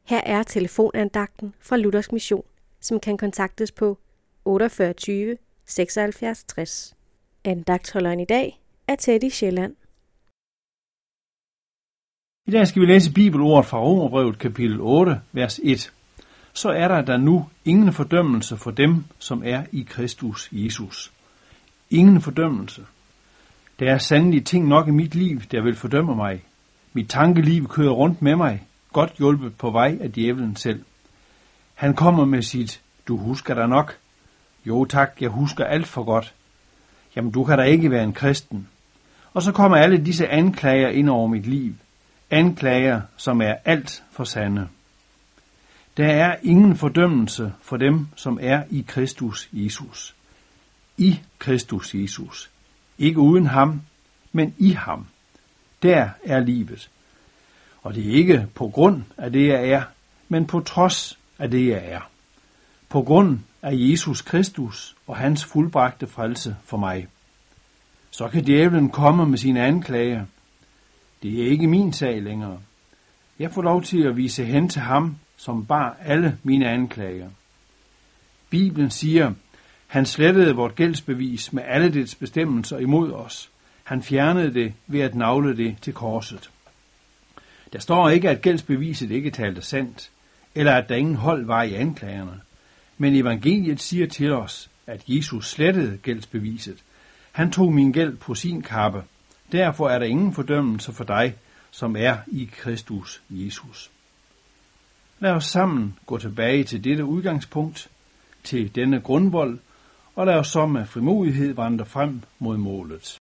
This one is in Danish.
Her er telefonandagten fra Luthersk Mission, som kan kontaktes på 48 76 60. Andagtholderen i dag er Teddy Sjælland. I dag skal vi læse bibelordet fra Romerbrevet kapitel 8, vers 1. Så er der nu ingen fordømmelse for dem, som er i Kristus Jesus. Ingen fordømmelse. Der er sandelig ting nok i mit liv, der vil fordømme mig. Mit tankeliv kører rundt med mig, godt hjulpet på vej af djævlen selv. Han kommer med sit, du husker dig nok. Jo tak, jeg husker alt for godt. Jamen du kan da ikke være en kristen. Og så kommer alle disse anklager ind over mit liv. Anklager, som er alt for sande. Der er ingen fordømmelse for dem, som er i Kristus Jesus. I Kristus Jesus. Ikke uden ham, men i ham. Der er livet. Og det er ikke på grund af det, jeg er, men på trods af det, jeg er. På grund af Jesus Kristus og hans fuldbragte frelse for mig. Så kan djævlen komme med sine anklager. Det er ikke min sag længere. Jeg får lov til at vise hen til ham, som bar alle mine anklager. Bibelen siger, han slettede vort gældsbevis med alle dets bestemmelser imod os. Han fjernede det ved at nagle det til korset. Der står ikke, at gældsbeviset ikke talte sandt, eller at der ingen hold var i anklagerne. Men evangeliet siger til os, at Jesus slettede gældsbeviset. Han tog min gæld på sin kappe. Derfor er der ingen fordømmelse for dig, som er i Kristus Jesus. Lad os sammen gå tilbage til dette udgangspunkt, til denne grundvold, og lad os så med frimodighed vandre frem mod målet.